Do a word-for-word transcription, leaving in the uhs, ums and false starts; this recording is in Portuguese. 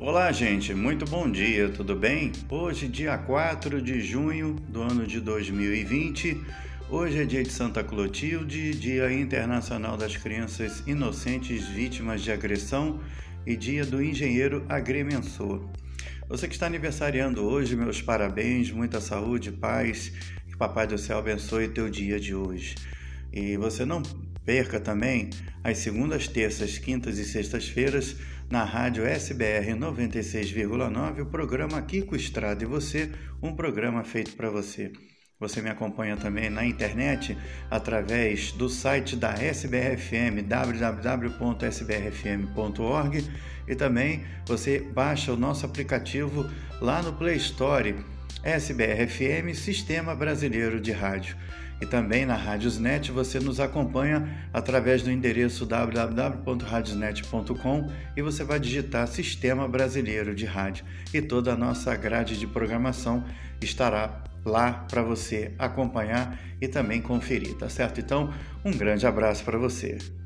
Olá, gente, muito bom dia, tudo bem? Hoje, dia quatro de junho do ano de dois mil e vinte, hoje é dia de Santa Clotilde, Dia Internacional das Crianças Inocentes Vítimas de Agressão e Dia do Engenheiro Agrimensor. Você que está aniversariando hoje, meus parabéns, muita saúde, paz, que Papai do Céu abençoe teu dia de hoje. E você não perca também as segundas, terças, quintas e sextas-feiras na rádio S B R noventa e seis vírgula nove, o programa Kiko Estrada e Você, um programa feito para você. Você me acompanha também na internet através do site da S B R F M, w w w ponto s b r f m ponto org, e também você baixa o nosso aplicativo lá no Play Store, S B R F M, Sistema Brasileiro de Rádio. E também na Radiosnet você nos acompanha através do endereço w w w ponto radiosnet ponto com e você vai digitar Sistema Brasileiro de Rádio e toda a nossa grade de programação estará lá para você acompanhar e também conferir, tá certo? Então, um grande abraço para você.